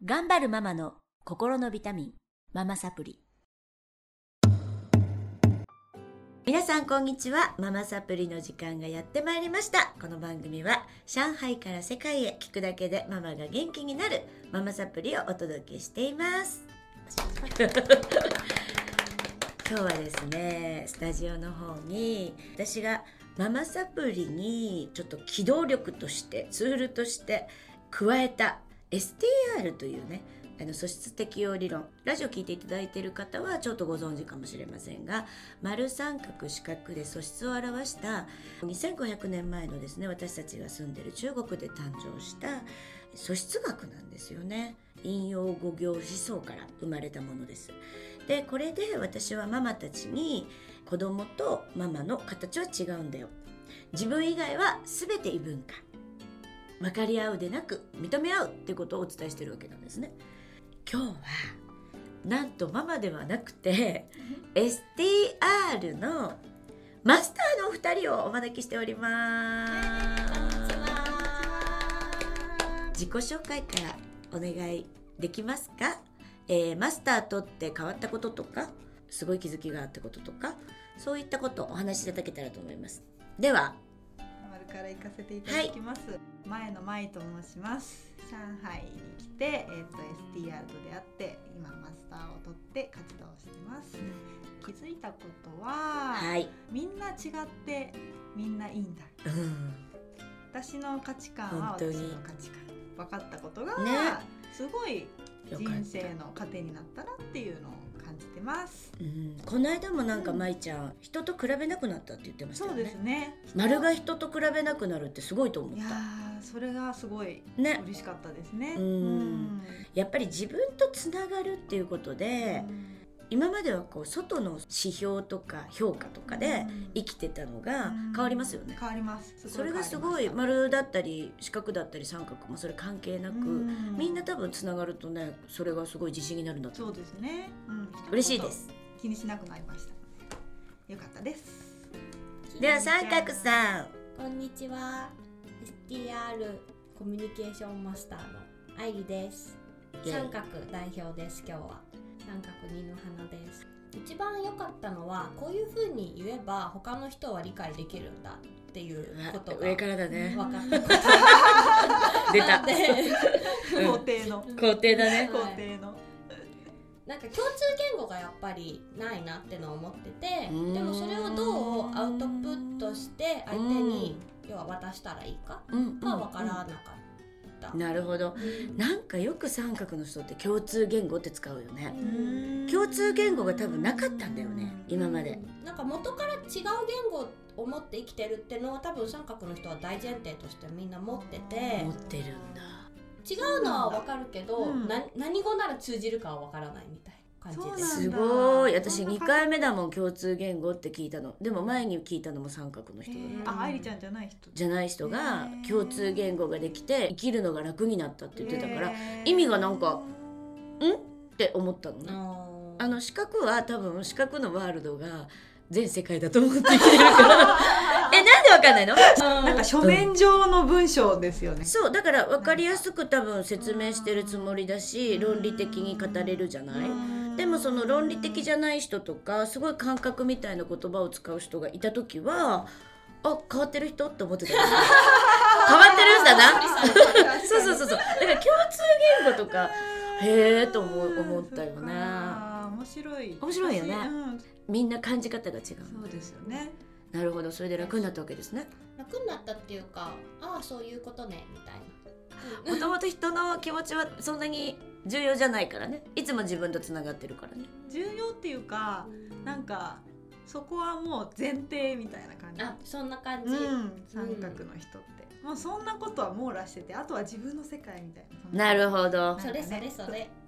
頑張るママの心のビタミン、ママサプリ。皆さんこんにちは。ママサプリの時間がやってまいりました。この番組は上海から世界へ聞くだけでママが元気になるママサプリをお届けしています今日はですね、スタジオの方に私がママサプリにちょっと機動力としてツールとして加えた STR というね、素質適応理論、ラジオ聞いていただいている方はちょっとご存知かもしれませんが、丸三角四角で素質を表した2500年前のですね、私たちが住んでいる中国で誕生した素質学なんですよね。引用語行思想から生まれたものです。でこれで私はママたちに、子供とママの形は違うんだよ、自分以外は全て異文化、分かり合うでなく認め合うっていうことをお伝えしているわけなんですね。今日はなんとママではなくて STR のマスターのお二人をお招きしております。自己紹介からお願いできますか？マスターとって変わったこととか、すごい気づきがあったこととか、そういったことをお話しいただけたらと思います。では丸から行かせていただきます、前の舞と申します。上海に来て、STR と出会って今マスターを取って活動してます、気づいたことは、みんな違ってみんないいんだ、私の価値観は私の価値観、分かったことが、すごい人生の糧になったなっていうのを感じてます、 この間もなんか舞ちゃん、人と比べなくなったって言ってましたよね。 そうですね、 丸が人と比べなくなるってすごいと思った。 いやそれがすごい嬉しかったですね。 やっぱり自分とつながるっていうことで、今まではこう外の指標とか評価とかで生きてたのが変わりますよね。 変わります。 それがすごい、丸だったり四角だったり三角もそれ関係なく、みんな多分つながるとね、それがすごい自信になるんだと思う。 そうですね、 嬉しいです。 気にしなくなりました。よかったです。 では三角さん、 こんにちは。 STR コミュニケーションマスターの愛理です。三角代表です。今日は三角二の花です。一番良かったのは、こういう風に言えば他の人は理解できるんだっていうことが上からだね、 分かったこと出た肯定の肯定だね、 肯定のなんか共通言語がやっぱりないなってのを思ってて、でもそれをどうアウトプットして相手に要は渡したらいいかが分からなかった。 なるほど、なんかよく三角の人って共通言語って使うよね。共通言語が多分なかったんだよね、今まで。 なんか元から違う言語を持って生きてるってのは多分三角の人は大前提としてみんな持ってて、 持ってるんだ。 違うのは分かるけど、何語なら通じるかは分からないみたいな感じです。 すごい。私2回目だもん、共通言語って聞いたの。でも前に聞いたのも三角の人だ。 愛理ちゃんじゃない人じゃない人が共通言語ができて生きるのが楽になったって言ってたから、意味がなんかんって思ったのね。四角は多分四角のワールドが全世界だと思って生きてるからなんでわかんないの？ なんか書面上の文章ですよね。 そうだから分かりやすく多分説明してるつもりだし、論理的に語れるじゃない。でもその論理的じゃない人とか、すごい感覚みたいな言葉を使う人がいた時は、あ、変わってる人って思ってた変わってる人だなそうだから共通言語とかへーと思ったよね。 面白いよね、みんな感じ方が違う。 そうですよね。 なるほど、それで楽になったわけですね。 楽になったっていうか、ああそういうことねみたいな。もともと人の気持ちはそんなに重要じゃないからね。いつも自分とつながってるからね。 重要っていうか、なんかそこはもう前提みたいな感じ。 あ、そんな感じ、 三角の人って、もうそんなことは網羅してて、あとは自分の世界みたいな。なるほど。 それみんなの気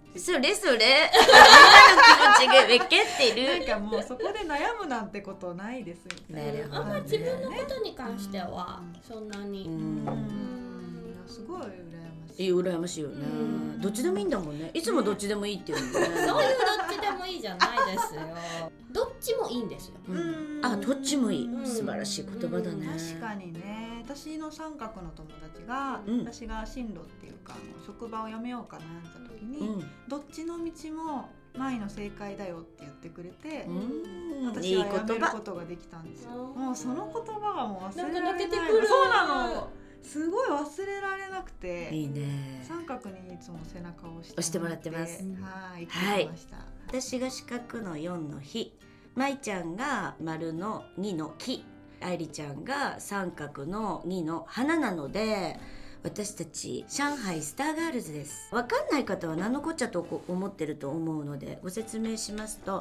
持ちがめけってる。 なんかもうそこで悩むなんてことないですみたいな。 あんま自分のことに関してはそんなに、 すごい羨まし羨ましいよね。どっちでもいいんだもんね。いつもどっちでもいいって言うんだよね。 そういうどっちでもいいじゃないですよ。どっちもいいんですよ。 あ、どっちもいい。素晴らしい言葉だね。 確かにね。私の三角の友達が、私が進路っていうか職場を辞めようかなった時に、どっちの道も前の正解だよって言ってくれて、私は辞めることができたんですよ。もうその言葉がもう忘れられない。 なんか泣けてくる。 そうなの。すごい忘れられなくて。 いいね。 三角にいつも背中を押してもらってます。 はい、生きてました。 私が四角の4の日、まいちゃんが丸の2の木、愛理ちゃんが三角の2の花なので、私たち上海スターガールズです。分かんない方は何のこっちゃと思ってると思うのでご説明しますと、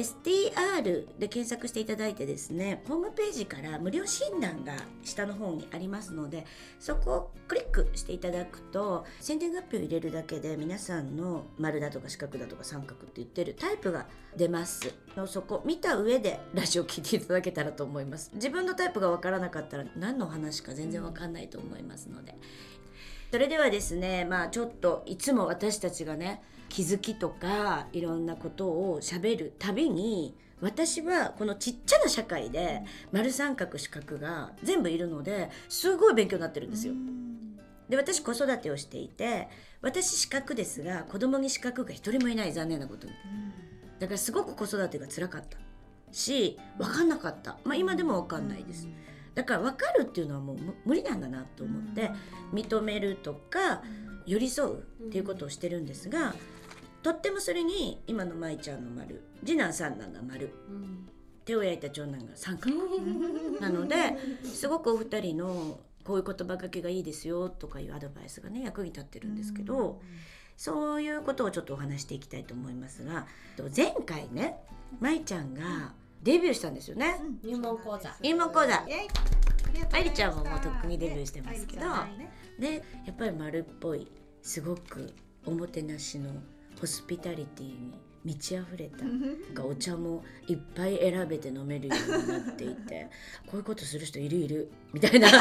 STR で検索していただいてですね、ホームページから無料診断が下の方にありますので、そこをクリックしていただくと宣伝合併を入れるだけで皆さんの丸だとか四角だとか三角って言ってるタイプが出ます。そこ見た上でラジオ聞いていただけたらと思います。自分のタイプが分からなかったら何の話か全然分かんないと思いますので、それではですね、ちょっといつも私たちがね、気づきとかいろんなことを喋るたびに、私はこのちっちゃな社会で丸三角四角が全部いるので、すごい勉強になってるんですよ。で、私子育てをしていて、私四角ですが子供に四角が一人もいない、残念なことに。だからすごく子育てが辛かったし、分かんなかった。今でも分かんないです。だから分かるっていうのはもう無理なんだなと思って、認めるとか寄り添うっていうことをしてるんですが、とってもそれに今の舞ちゃんの丸、次男三男が丸、手を焼いた長男が三角なので、すごくお二人のこういう言葉がけがいいですよとかいうアドバイスがね、役に立ってるんですけど、そういうことをちょっとお話していきたいと思いますが、前回ね、舞ちゃんがデビューしたんですよね。 入門講座。 愛理ちゃんももうとっくにデビューしてますけど、でやっぱり丸っぽい、すごくおもてなしのホスピタリティに満ち溢れたお茶もいっぱい選べて飲めるようになっていて、こういうことする人いるみたいな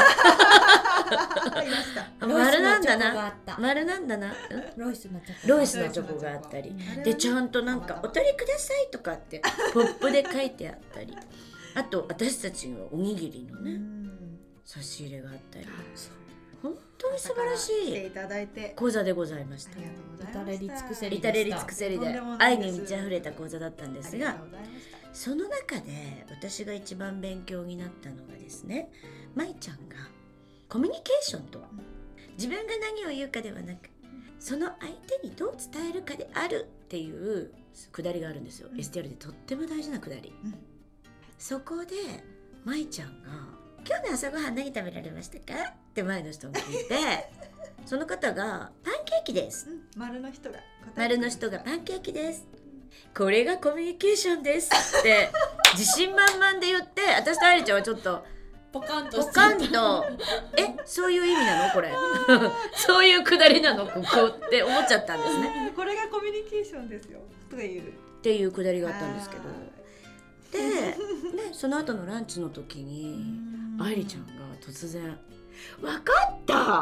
丸なんだな、丸なんだな、 ロイスのチョコがあったりで、ちゃんとなんかお取りくださいとかってポップで書いてあったり、あと私たちのおにぎりのね差し入れがあったり、本当に素晴らしい講座でございました。 至れり尽くせり至れり尽くせりで愛に満ち溢れた講座だったんですが、その中で私が一番勉強になったのがですね、舞ちゃんがコミュニケーションとは、自分が何を言うかではなく、その相手にどう伝えるかであるっていうくだりがあるんですよ。STR でとっても大事なくだり。そこで舞ちゃんが今日の朝ごはん何食べられましたかって前の人が聞いてその方がパンケーキです、 丸の人がパンケーキです、これがコミュニケーションですって自信満々で言って、私と愛理ちゃんはちょっとポカンとそういう意味なのこれそういうくだりなのここって思っちゃったんですね。 これがコミュニケーションですよとか言うっていうくだりがあったんですけど、で、その後のランチの時に愛理ちゃんが突然分かった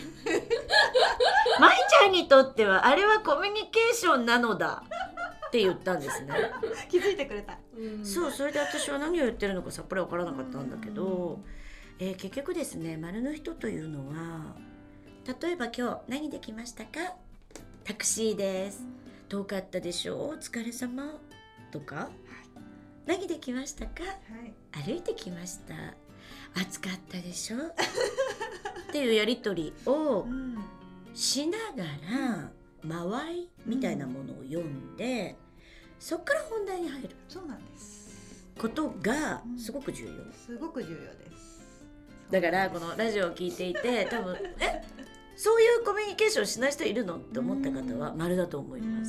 舞ちゃんにとってはあれはコミュニケーションなのだって言ったんですね。 気づいてくれた。 そう、それで私は何を言ってるのかさっぱり分からなかったんだけど、結局ですね、丸の人というのは、例えば今日何できましたか、タクシーです、遠かったでしょう、お疲れ様とか、何できましたか、歩いてきました、暑かったでしょっていうやり取りをしながら間合いみたいなものを読んで、そこから本題に入る。 そうなんですことがすごく重要、 すごく重要です。 だからこのラジオを聞いていて、多分そういうコミュニケーションしない人いるのって思った方は丸だと思います。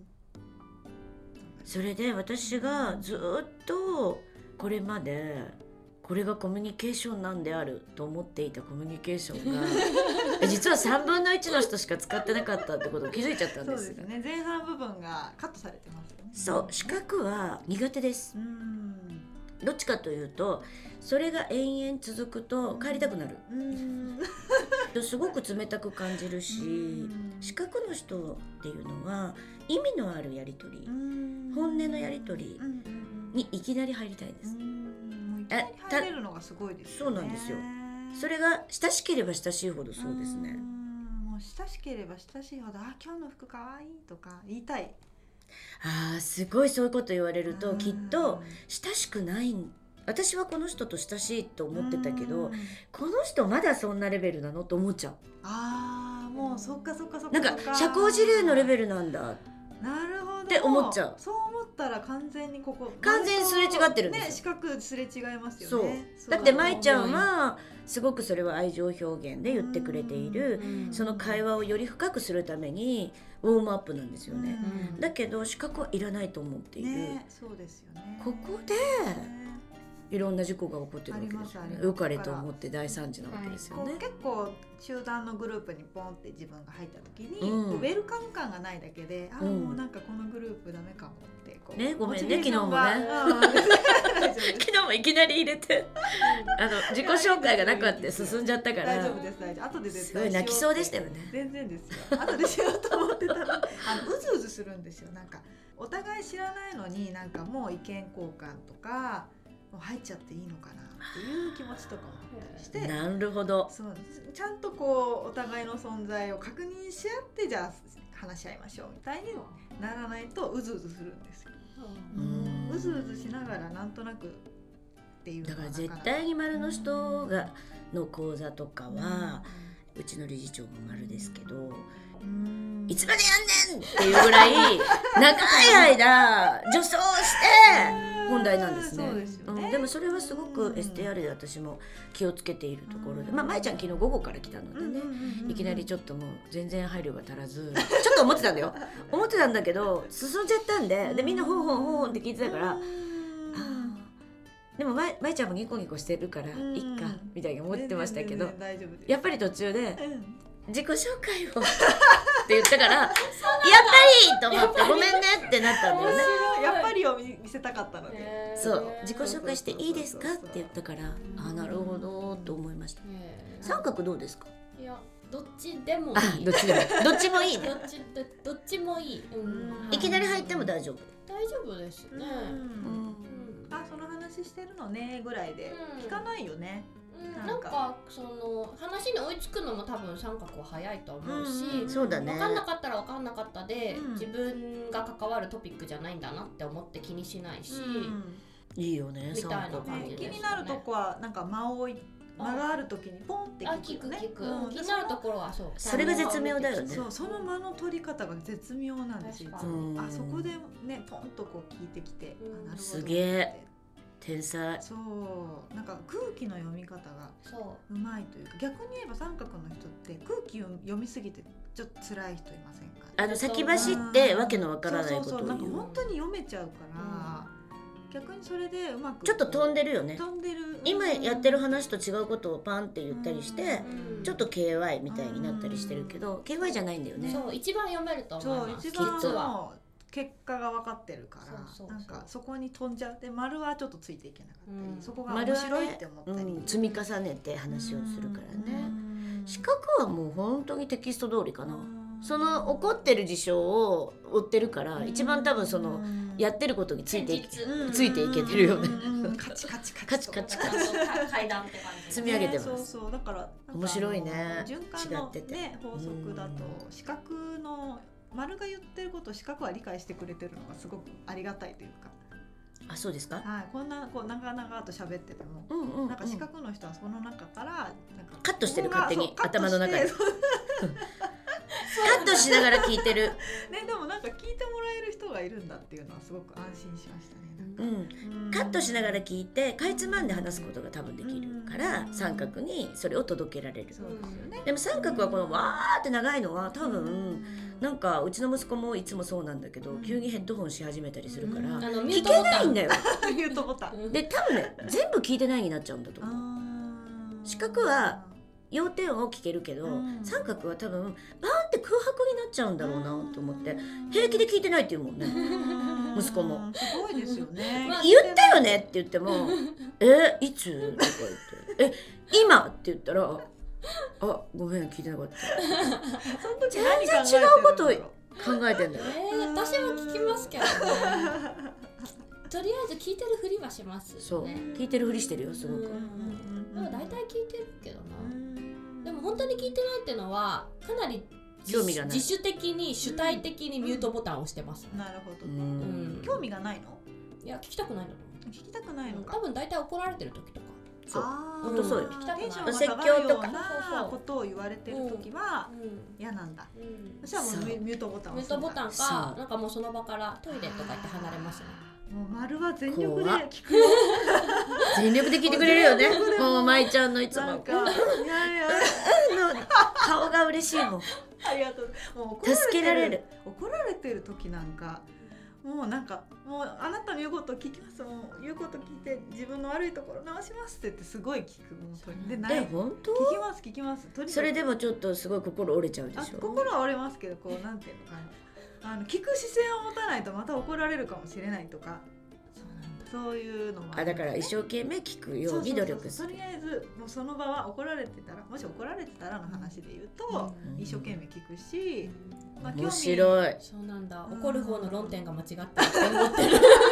それで私がずっとこれまでこれがコミュニケーションなんであると思っていたコミュニケーションが実は3分の1の人しか使ってなかったってことを気づいちゃったんです。 そうですね、前半部分がカットされてますよね。 そう、四角は苦手です。どっちかというとそれが延々続くと帰りたくなる。 すごく冷たく感じるし、四角の人っていうのは意味のあるやり取り、本音のやり取りにいきなり入りたいんです。 もういきなり入れるのがすごいですよね。 そうなんですよ。それが親しければ親しいほどそうですね。 もう親しければ親しいほど、あ、今日の服かわいいとか言いたい。 すごいそういうこと言われると、きっと親しくない。私はこの人と親しいと思ってたけど、この人まだそんなレベルなのと思っちゃう。 もうそっかそっかそっか、 なんか社交辞令のレベルなんだ。 なるほどって思っちゃう。 そう思ったら完全にここ完全にすれ違ってるんですよ。 ね、四角すれ違いますよね。 そうだって舞ちゃんはすごくそれは愛情表現で言ってくれている、その会話をより深くするためにウォームアップなんですよね。だけど四角はいらないと思っている、 ね、そうですよね。 ここでいろんな事故が起こってるわけですよね。良かれと思って大惨事なわけですよね。 結構集団のグループにポンって自分が入った時に、ウェルカム感がないだけで、もうなんかこのグループダメかもってこうね、ごめんね昨日もね昨日もいきなり入れて自己紹介がなくあって進んじゃったから。 大丈夫です大丈夫。後で絶対すごい泣きそうでしたよね。 全然ですよ。後でしようと思ってたらうずうずするんですよ。なんかお互い知らないのになんかもう意見交換とかもう入っちゃっていいのかなっていう気持ちとかもあったりして。 なるほど。 そうちゃんとこうお互いの存在を確認し合ってじゃあ話し合いましょうみたいにならないとうずうずするんですよ。うずうずしながらなんとなくっていうのはだから絶対に丸の人がの講座とかは、うちの理事長も丸ですけど、いつまでやんねんっていうぐらい長い間助走して本題なんですね。 そうですよね。 でもそれはすごく STR で私も気をつけているところで、舞ちゃん昨日午後から来たのでね、いきなりちょっともう全然配慮が足らずちょっと思ってたんだよ思ってたんだけど進んじゃったんで、みんなほんほんほんって聞いてたから、でも舞ちゃんもニコニコしてるからいっかみたいに思ってましたけど、やっぱり途中で自己紹介をって言ったからやっぱりと思ってごめんねってなったんだよね。 やっぱりを見せたかったので、 そう自己紹介していいですかって言ったから、なるほどと思いました。三角どうですか？ いやどっちでもいい。 どっちでもどっちもいいね。 どっちもいい。 いきなり入っても大丈夫。 大丈夫ですね。 その話してるのねぐらいで聞かないよね。 なんかその話に追いつくのも多分三角は早いと思うし、 そうだね。 分かんなかったら分かんなかったで、自分が関わるトピックじゃないんだなって思って気にしないし、 いいよね。 みたいな感じですね。 気になるとこはなんか間がある時にポンって聞くね。 気になるところはそう。 それが絶妙だよね。 その間の取り方が絶妙なんですよ。そこでねポンとこう聞いてきて、なるほど。 すげえ。天才。 そうなんか空気の読み方がうまいというか、逆に言えば三角の人って空気を読みすぎてちょっと辛い人いませんか？ 先走ってわけのわからないことを言う。 なんか本当に読めちゃうから、逆にそれでうまくちょっと飛んでるよね。 飛んでる。 今やってる話と違うことをパンって言ったりして、ちょっと KY みたいになったりしてるけど、KY じゃないんだよね。 そう一番読めると思います。 一番結果が分かってるから、なんかそこに飛んじゃって丸はちょっとついていけなかったり、そこが面白いって思ったり、 積み重ねて話をするからね。四角はもう本当にテキスト通りかな。その起こってる事象を追ってるから、一番多分そのやってることについていけてるよね。 カチカチカチカチ階段って感じ積み上げてます。 そうだから面白いね。 循環のね法則だと四角の丸が言ってることを四角は理解してくれてるのがすごくありがたいというか。 そうですか。 こんなこう長々と喋ってても、なんか四角の人はその中からなんかカットしてる、勝手に頭の中でカットしながら聞いてるね。でもなんか聞いてもらえる人がいるんだっていうのはすごく安心しましたね。 カットしながら聞いてかいつまんで話すことが多分できるから、三角にそれを届けられる。でも三角はこのわーって長いのは多分なんかうちの息子もいつもそうなんだけど、急にヘッドホンし始めたりするから聞けないんだよ。 ミュートボタンで多分ね全部聞いてないになっちゃうんだと思う。四角は要点を聞けるけど、三角は多分バーンって空白になっちゃうんだろうなと思って平気で聞いてないって言うもんね。息子もすごいですよね。 言ったよねって言ってもいつとか言って今って言ったらあ、ごめん聞いてなかったその時全何考えて然違うことるんだろ考えてんだよ私も聞きますけどねとりあえず聞いてるふりはしますね。 そう聞いてるふりしてるよすごく、 でも大体聞いてるけどな、 うんでも本当に聞いてないっていうのはかなり興味がない自主的に主体的にミュートボタンを押してます、 なるほど、 うん興味がないの？ いや聞きたくないんだと思聞きたくないのう、 か。 多分大体怒られてる時とか、 そうあーほんとそうよ聞きたくないテンションが説下がるよう教とかなことを言われてる時は嫌なんだ。そしたらもうそうミュートボタンをミュ押すんだ。 ートボタンそうかなんかもうその場からトイレとか行って離れますね。 もう丸は全力で怖っ聞くよ。 全力で聞いてくれるよねもう舞ちゃんのいつもなんかいやいや顔が嬉しいもんありがとう。もう助けられる怒られてる時なんかもうなんかもうあなたの言うことを聞きます。もう言うこと聞いて自分の悪いところ直しますって言ってすごい聞く本当に。でない本当聞きます。とにかくそれでもちょっとすごい心折れちゃうでしょ心は折れますけどこうなんていうのかな聞く姿勢を持たないとまた怒られるかもしれないとかそういうのもあだから一生懸命聞くように努力するとりあえずもうその場は怒られてたらもし怒られてたらの話で言うと、一生懸命聞くし、まあ、 面白いそうなんだ、怒る方の論点が間違ってるって思ってる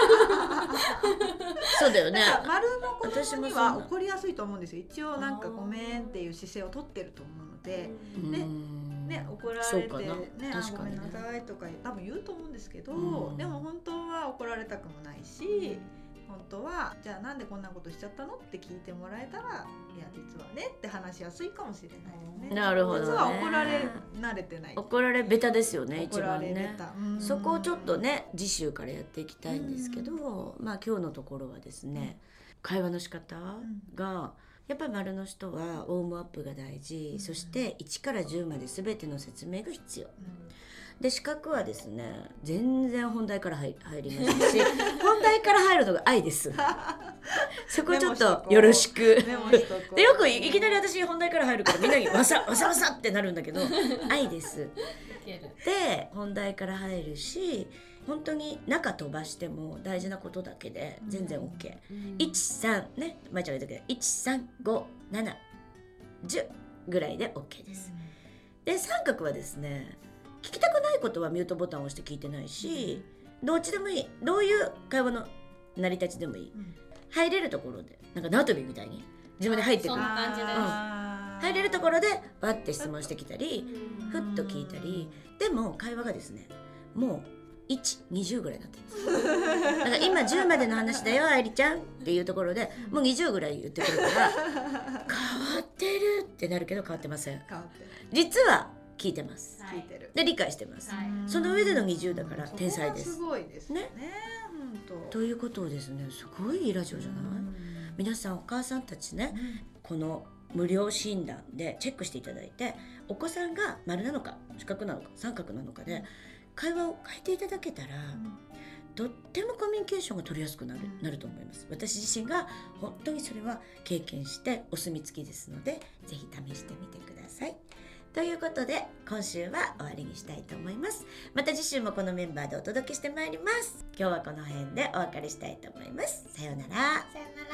そうだよね丸の子供には私も怒りやすいと思うんですよ。一応なんかごめんっていう姿勢をとってると思うので、ね、怒られて、 そうかなね、 確かにねごめんなさいとか多分言うと思うんですけど、 うんでも本当は怒られたくもないし、本当はじゃあなんでこんなことしちゃったのって聞いてもらえたらいや実はねって話しやすいかもしれないですね。 なるほどね実は怒られ慣れてない。 怒られベタですよね一怒ら番ねれベタ、 そこをちょっとね次週からやっていきたいんですけど、まあ今日のところはですね、会話の仕方がやっぱり丸の人はウォームアップが大事、そして1から10まで全ての説明が必要で、資格はですね全然本題から入りませんし本題から入るのが愛ですそこちょっとよろしくメモしとこうでよくいきなり私本題から入るからみんなにわさわさわさってなるんだけど愛ですで本題から入るし本当に中飛ばしても大事なことだけで全然 OK、13ねまいちゃんが言ったけど13571ぐらいで OK です、で三角はですね聞きたくないことはミュートボタンを押して聞いてないし、どっちでもいいどういう会話の成り立ちでもいい、入れるところでなんか縄跳びみたいに自分で入ってくる、 そんな感じです、 入れるところでわって質問してきたりふっと聞いたり、でも会話がですねもう120ぐらいになってるんですだから今10までの話だよ愛理ちゃんっていうところでもう20ぐらい言ってくるから変わってるってなるけど変わってません。 変わってる実は聞いてます、 聞いてる、 で理解してます、 はいその上での20だから天才です。 すごいですね。本当。 ということをですねすごいいいラジオじゃない、皆さんお母さんたちね、この無料診断でチェックしていただいてお子さんが丸なのか四角なのか三角なのかで会話を変えていただけたら、とってもコミュニケーションが取りやすくなると思います。私自身が本当にそれは経験してお墨付きですのでぜひ試してみてください。ということで今週は終わりにしたいと思います。また次週もこのメンバーでお届けしてまいります。今日はこの辺でお別れしたいと思います。さようなら。 さよなら。